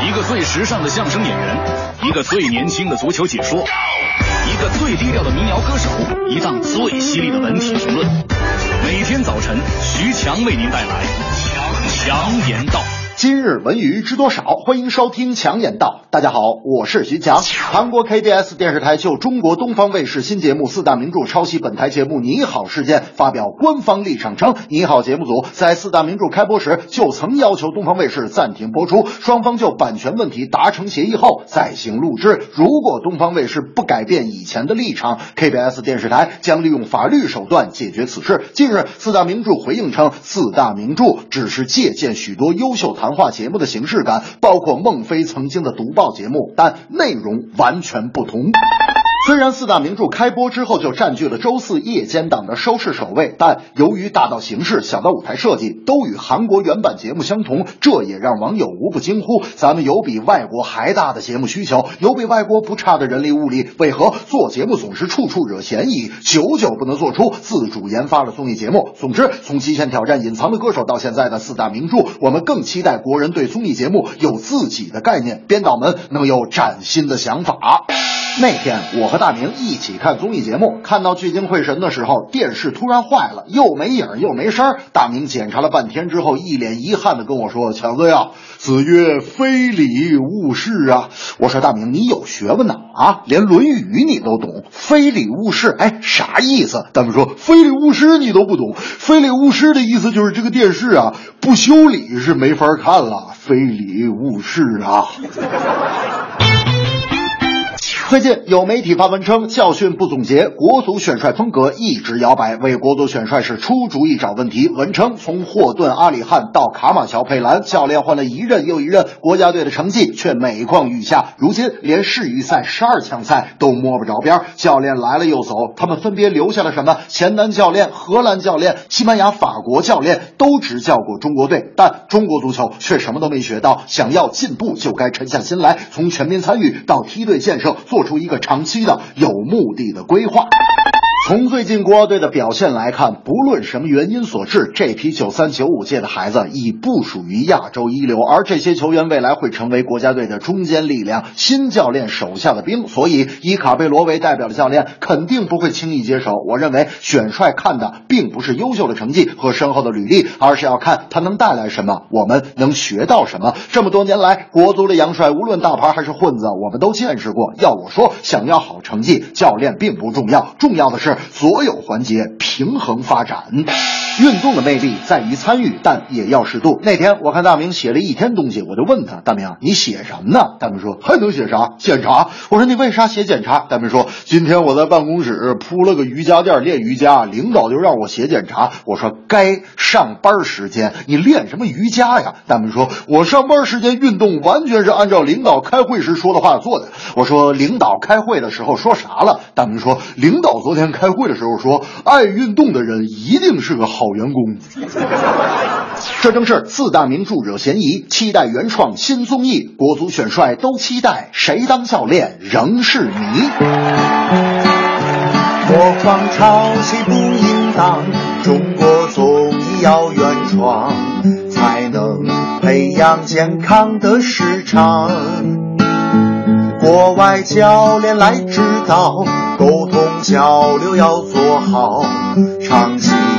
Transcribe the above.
一个最时尚的相声演员，一个最年轻的足球解说，一个最低调的民谣歌手，一档最犀利的文体评论。每天早晨，徐强为您带来强言道。 今日文娱知多少？欢迎收听强言道。大家好，我是徐强。韩国 KBS 电视台就中国东方卫视新节目四大名著抄袭本台节目你好事件发表官方立场称，你好节目组在四大名著开播时就曾要求东方卫视暂停播出，双方就版权问题达成协议后再行录制。如果东方卫视不改变以前的立场， KBS 电视台将利用法律手段解决此事。近日四大名著回应称，四大名著只是借鉴许多优秀谈话节目的形式感，包括孟非曾经的读报节目，但内容完全不同。虽然四大名著开播之后就占据了周四夜间档的收视首位，但由于大到形式，小到舞台设计都与韩国原版节目相同，这也让网友无不惊呼，咱们有比外国还大的节目需求，有比外国不差的人力物力，为何做节目总是处处惹嫌疑，久久不能做出自主研发的综艺节目？总之，从极限挑战隐藏的歌手到现在的四大名著，我们更期待国人对综艺节目有自己的概念，编导们能有崭新的想法。那天我和大明一起看综艺节目，看到聚精会神的时候，电视突然坏了，又没影又没声。大明检查了半天之后，一脸遗憾地跟我说，强子呀，子曰非礼勿视啊。我说大明，你有学问呐啊，连论语你都懂，非礼勿视，哎，啥意思？大明说，非礼勿视你都不懂，非礼勿视的意思就是这个电视啊不修理是没法看了，非礼勿视啊。最近有媒体发文称，教训不总结，国足选帅风格一直摇摆，为国足选帅是出主意找问题。文称从霍顿、阿里汉到卡马乔、佩兰，教练换了一任又一任，国家队的成绩却每况愈下，如今连世预赛12强赛都摸不着边。教练来了又走，他们分别留下了什么？前南教练、荷兰教练、西班牙、法国教练都执教过中国队，但中国足球却什么都没学到。想要进步，就该沉下心来，从全民参与到梯队建设，做出一个长期的有目的的规划。从最近国奥队的表现来看，不论什么原因所致，这批93、95届的孩子已不属于亚洲一流，而这些球员未来会成为国家队的中坚力量，新教练手下的兵，所以以卡贝罗为代表的教练肯定不会轻易接手。我认为选帅看的并不是优秀的成绩和深厚的履历，而是要看他能带来什么，我们能学到什么。这么多年来，国足的洋帅无论大牌还是混子，我们都见识过。要我说，想要好成绩，教练并不重要，重要的是所有环节平衡发展。运动的魅力在于参与，但也要适度。那天我看大明写了一天东西，我就问他，大明你写什么呢？大明说，还能写啥？检查。我说你为啥写检查？大明说，今天我在办公室铺了个瑜伽垫练瑜伽，领导就让我写检查。我说该上班时间你练什么瑜伽呀？大明说，我上班时间运动完全是按照领导开会时说的话做的。我说领导开会的时候说啥了？大明说，领导昨天开会的时候说，爱运动的人一定是个好员工。这正是四大名著惹嫌疑，期待原创新综艺，国足选帅都期待，谁当教练仍是谜。 模仿抄袭不应当，中国综艺要原创，才能培养健康的市场。国外教练来指导，沟通交流要做好，长期